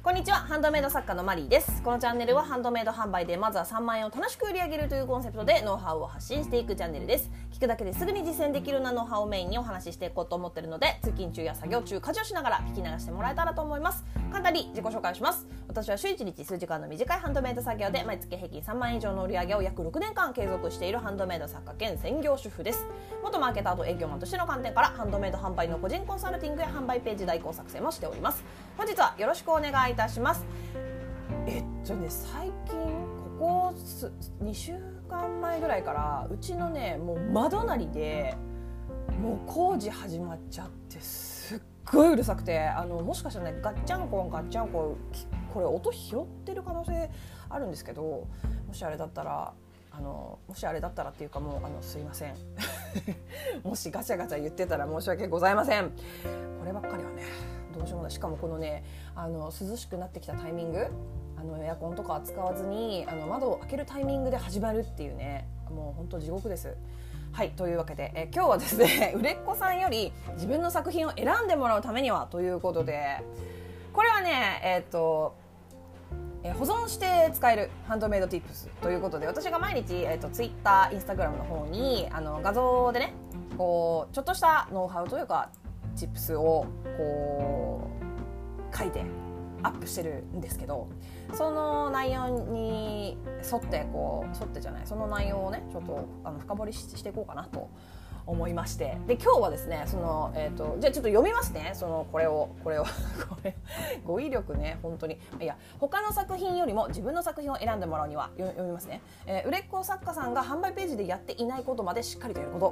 こんにちは、ハンドメイド作家のマリーです。このチャンネルはハンドメイド販売でまずは3万円を楽しく売り上げるというコンセプトでノウハウを発信していくチャンネルです。聞くだけですぐに実践できるようなノウハウをメインにお話ししていこうと思っているので、通勤中や作業中、家事をしながら聞き流してもらえたらと思います。簡単に自己紹介をします。私は週1日数時間の短いハンドメイド作業で毎月平均3万円以上の売り上げを約6年間継続しているハンドメイド作家兼専業主婦です。元マーケターと営業マンとしての観点からハンドメイド販売の個人コンサルティングや販売ページ代行作成もしております。本日はよろしくお願いいたします。最近ここ2週間前ぐらいからうちのね、もう窓なりでもう工事始まっちゃってすっごいうるさくて、もしかしたらね、ガッチャンコンこれ音拾ってる可能性あるんですけど、もしあれだったらっていうか、もうすいませんもしガチャガチャ言ってたら申し訳ございません。こればっかりはねどうしようもない。しかもこのね、涼しくなってきたタイミング、エアコンとか使わずに窓を開けるタイミングで始まるっていうね、もう本当地獄です。はい、というわけで、今日はですね売れっ子さんより自分の作品を選んでもらうためにはということで、これはね保存して使えるハンドメイドティップスということで、私が毎日、Twitter、Instagram の方に画像でね、こうちょっとしたノウハウというかチップスをこう書いてアップしてるんですけど、その内容に沿ってその内容をねちょっと深掘りしていこうかなと思いまして、で今日はですねじゃあちょっと読みますね。これ語彙力ね、本当に他の作品よりも自分の作品を選んでもらうには読みますね。売れっ子作家さんが販売ページでやっていないことまでしっかりとやること。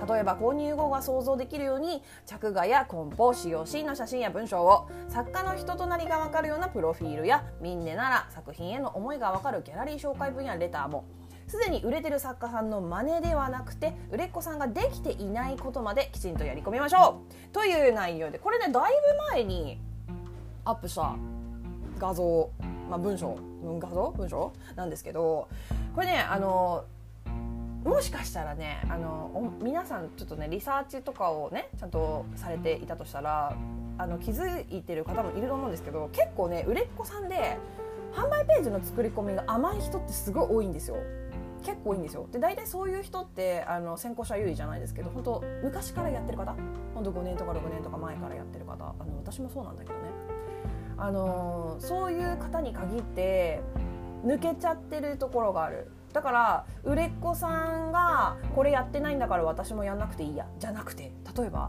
例えば購入後が想像できるように着画や梱包、使用シーンの写真や文章を、作家の人となりが分かるようなプロフィールや、ミンネなら作品への思いが分かるギャラリー紹介文やレターも、すでに売れてる作家さんの真似ではなくて売れっ子さんができていないことまできちんとやり込みましょうという内容で、これねだいぶ前にアップした画像、文章なんですけど、これねもしかしたらね皆さんちょっとねリサーチとかをねちゃんとされていたとしたら気づいてる方もいると思うんですけど、結構ね売れっ子さんで販売ページの作り込みが甘い人ってすごい多いんですよ。結構多いんですよ。で大体そういう人って先行者優位じゃないですけど、本当昔からやってる方、本当5年とか6年とか前からやってる方、私もそうなんだけどね、そういう方に限って抜けちゃってるところがある。だから売れっ子さんがこれやってないんだから私もやんなくていいやじゃなくて、例えば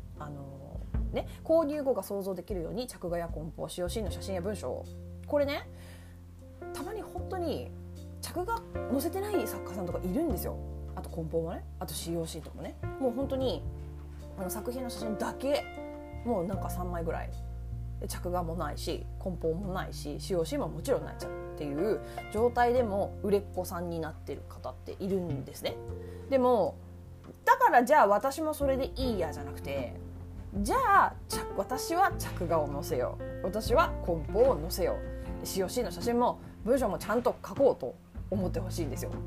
購入後が想像できるように着画や梱包、使用シーンの写真や文章、これねたまに本当に着画載せてない作家さんとかいるんですよ。あと梱包もね、あと使用シーンとかもね、もう本当に作品の写真だけもうなんか3枚ぐらいで、着画もないし梱包もないし使用シーンももちろんないっていう状態でも売れっ子さんになってる方っているんですね。でもだからじゃあ私もそれでいいやじゃなくて、じゃあ私は着画を載せよう、私は梱包を載せよう、使用シーンの写真も文章もちゃんと書こうと思ってほしいんですよ。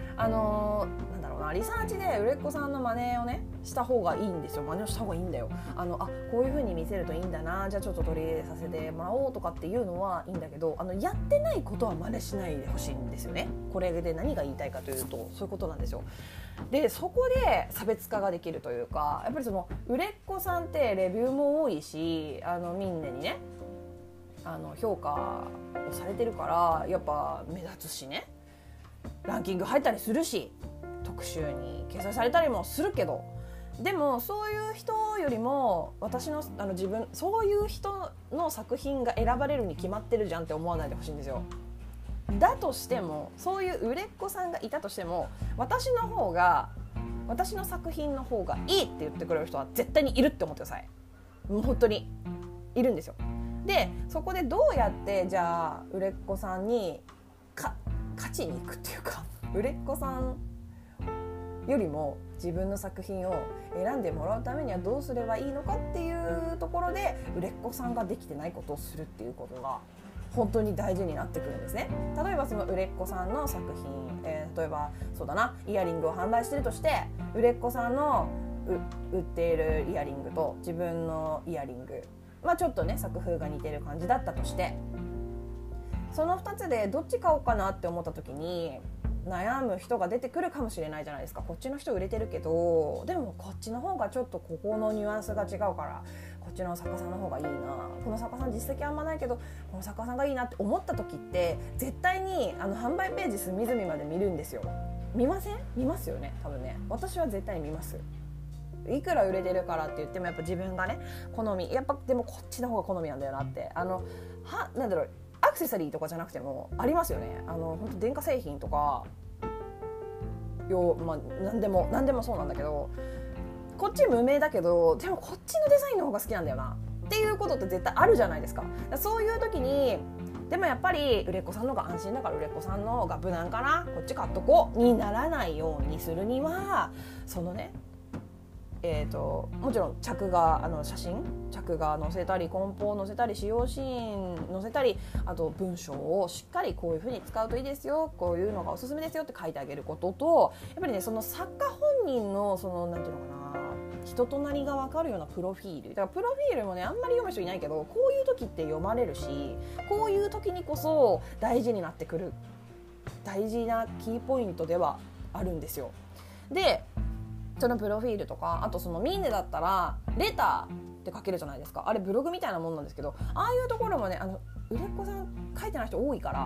リサーチで売れっ子さんの真似をねした方がいいんですよ。真似をした方がいいんだよ。こういう風に見せるといいんだな、じゃあちょっと取り入れさせてもらおうとかっていうのはいいんだけど、やってないことは真似しないでほしいんですよね。これで何が言いたいかというとそういうことなんですよ。でそこで差別化ができるというか、やっぱりその売れっ子さんってレビューも多いし、みんなにね評価をされてるからやっぱ目立つしね、ランキング入ったりするし特集に掲載されたりもするけど、でもそういう人よりもそういう人の作品が選ばれるに決まってるじゃんって思わないでほしいんですよ。だとしてもそういう売れっ子さんがいたとしても、私の作品の方がいいって言ってくれる人は絶対にいるって思ってください。もう本当にいるんですよ。でそこでどうやってじゃあ売れっ子さんに勝ちに行くっていうか、売れっ子さんよりも自分の作品を選んでもらうためにはどうすればいいのかっていうところで、売れっ子さんができてないことをするっていうことが本当に大事になってくるんですね。例えばその売れっ子さんの作品、例えばそうだな、イヤリングを販売してるとして、売れっ子さんの売っているイヤリングと自分のイヤリングちょっとね作風が似てる感じだったとして、その2つでどっち買おうかなって思った時に悩む人が出てくるかもしれないじゃないですか。こっちの人売れてるけど、でもこっちの方がちょっとここのニュアンスが違うからこっちの作家さんの方がいいな、この作家さん実績あんまないけどこの作家さんがいいなって思った時って絶対に販売ページ隅々まで見るんですよ。見ません？見ますよね、多分ね。私は絶対に見ます。いくら売れてるからって言ってもやっぱ自分がね好み、やっぱでもこっちの方が好みなんだよなって、なんだろう、アクセサリーとかじゃなくてもありますよね。本当電化製品とか何でもそうなんだけど、こっち無名だけどでもこっちのデザインの方が好きなんだよなっていうことって絶対あるじゃないですか。そういう時にでもやっぱり売れっ子さんの方が安心だから売れっ子さんの方が無難かな、こっち買っとこうにならないようにするには、そのねもちろん着画写真着画載せたり梱包載せたり使用シーン載せたり、あと文章をしっかりこういう風に使うといいですよ、こういうのがおすすめですよって書いてあげることと、やっぱりねその作家本人のそのなんていうのかな、人となりが分かるようなプロフィールだから、プロフィールもねあんまり読む人いないけど、こういう時って読まれるし、こういう時にこそ大事になってくる大事なキーポイントではあるんですよ。でそのプロフィールとか、あとそのミーネだったらレターって書けるじゃないですか。あれブログみたいなもんなんですけど、ああいうところもね売れっ子さん書いてない人多いから、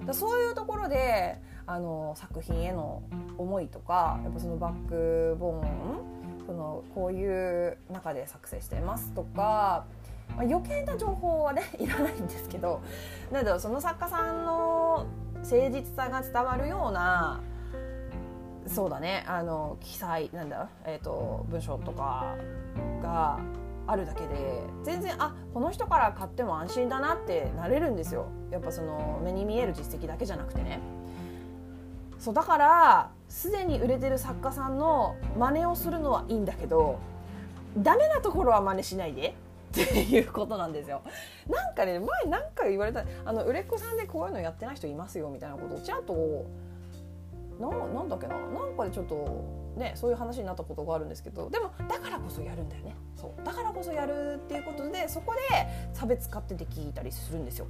そういうところで作品への思いとか、やっぱそのバックボーンこういう中で作成してますとか、余計な情報はねいらないんですけど、なんだろう、その作家さんの誠実さが伝わるような、そうだね、記載文章とかがあるだけで全然この人から買っても安心だなってなれるんですよ。やっぱその目に見える実績だけじゃなくてね。そうだからすでに売れてる作家さんの真似をするのはいいんだけど、ダメなところは真似しないでっていうことなんですよ。なんかね、前何回言われた、売れっ子さんでこういうのやってない人いますよみたいなことをちらっとなんだっけな、なんかでちょっとねそういう話になったことがあるんですけど、でもだからこそやるんだよね。そうだからこそやるっていうことで、そこで差別化ってできたりするんですよ。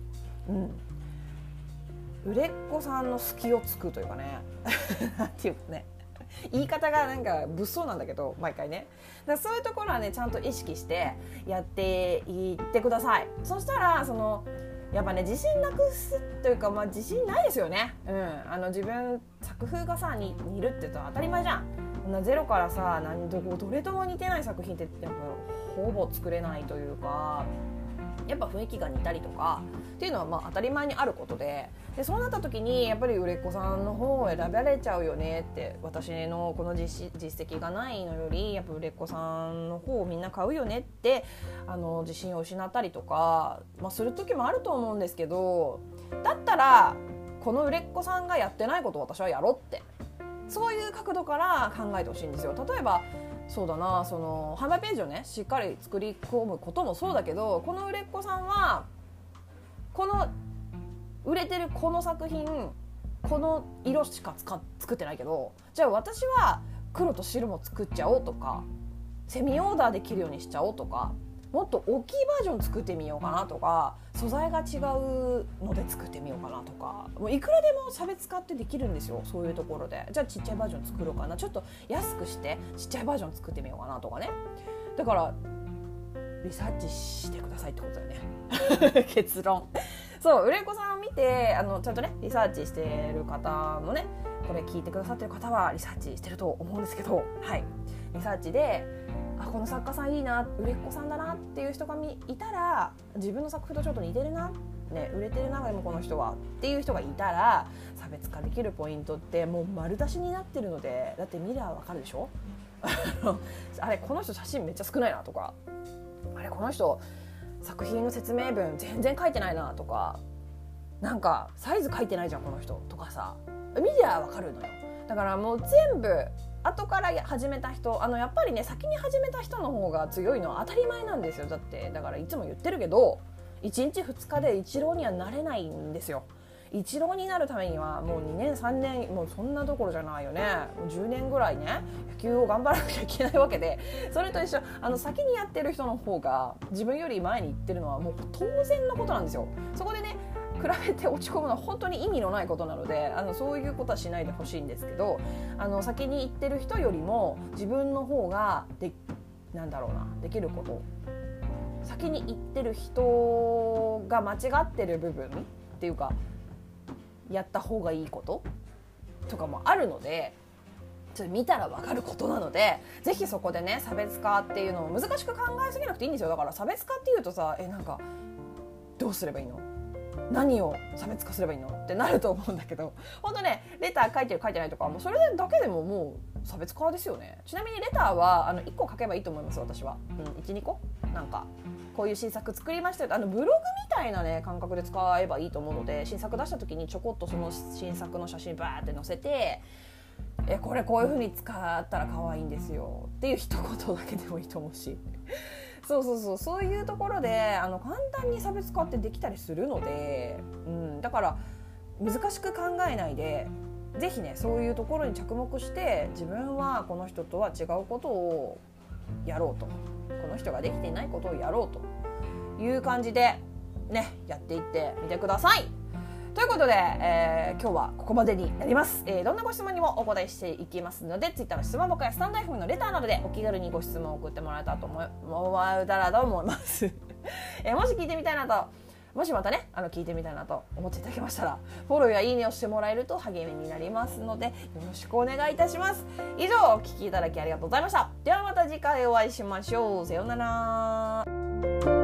売れっ子さんの隙をつくというかねなんていうかね、言い方がなんか物騒なんだけど毎回ね、だからそういうところはねちゃんと意識してやっていってください。そしたらやっぱね自信なくすというか、自信ないですよね。自分作風がさ似るって言ったら当たり前じゃん。ゼロからさどれとも似てない作品ってやっぱほぼ作れないというか、やっぱ雰囲気が似たりとかっていうのは当たり前にあることで、そうなった時にやっぱり売れっ子さんの方を選ばれちゃうよねって、私のこの実績がないのよりやっぱ売れっ子さんの方をみんな買うよねって自信を失ったりとか、する時もあると思うんですけど、だったらこの売れっ子さんがやってないことを私はやろうって、そういう角度から考えてほしいんですよ。例えばそうだな、その販売ページをねしっかり作り込むこともそうだけど、この売れっ子さんはこの売れてるこの作品この色しか作ってないけど、じゃあ私は黒と白も作っちゃおうとか、セミオーダーできるようにしちゃおうとか、もっと大きいバージョン作ってみようかなとか、素材が違うので作ってみようかなとか、もういくらでも差別化ってできるんですよ。そういうところでじゃあちっちゃいバージョン作ろうかな、ちょっと安くしてちっちゃいバージョン作ってみようかなとかね。だからリサーチしてくださいってことだよね結論。そう売れっ子さんを見てちゃんとねリサーチしてる方もね、これ聞いてくださってる方はリサーチしてると思うんですけど、はい、リサーチでこの作家さんいいな、売れっ子さんだなっていう人がいたら、自分の作風とちょっと似てるな、ね、売れてるなでもこの人はっていう人がいたら、差別化できるポイントってもう丸出しになってるので、だって見りゃわかるでしょあれこの人写真めっちゃ少ないなとか、あれこの人作品の説明文全然書いてないなとか、なんかサイズ書いてないじゃんこの人とかさ、見りゃわかるのよ。だからもう全部後から始めた人、やっぱりね先に始めた人の方が強いのは当たり前なんですよ。だからいつも言ってるけど、1日2日でイチローにはなれないんですよ。 一郎になるためにはもう2年3年もうそんなどころじゃないよね。もう10年ぐらいね野球を頑張らなきゃいけないわけで、それと一緒先にやってる人の方が自分より前に行ってるのはもう当然のことなんですよ。そこでね比べて落ち込むのは本当に意味のないことなのでそういうことはしないでほしいんですけど、先に行ってる人よりも自分の方ができること、先に行ってる人が間違ってる部分っていうかやった方がいいこととかもあるので、ちょっと見たら分かることなので、ぜひそこでね差別化っていうのを難しく考えすぎなくていいんですよ。だから差別化っていうとさどうすればいいの、何を差別化すればいいのってなると思うんだけど、本当ねレター書いてる書いてないとかもうそれだけでももう差別化ですよね。ちなみにレターは1個書けばいいと思います私は、1,2 個こういう新作作りましたよブログみたいなね感覚で使えばいいと思うので、新作出した時にちょこっとその新作の写真バーって載せて、これこういう風に使ったら可愛いんですよっていう一言だけでもいいと思うしそういうところで簡単に差別化ってできたりするので、だから難しく考えないでぜひねそういうところに着目して自分はこの人とは違うことをやろうと、この人ができていないことをやろうという感じでねやっていってみてください。ということで、今日はここまでになります。どんなご質問にもお答えしていきますので、Twitter の質問箱やスタンド FM のレターなどでお気軽にご質問を送ってもらえたらと思いますもし聞いてみたいなと、もしまたね聞いてみたいなと思っていただけましたらフォローやいいねをしてもらえると励みになりますのでよろしくお願いいたします。以上お聞きいただきありがとうございました。ではまた次回お会いしましょう。さようなら。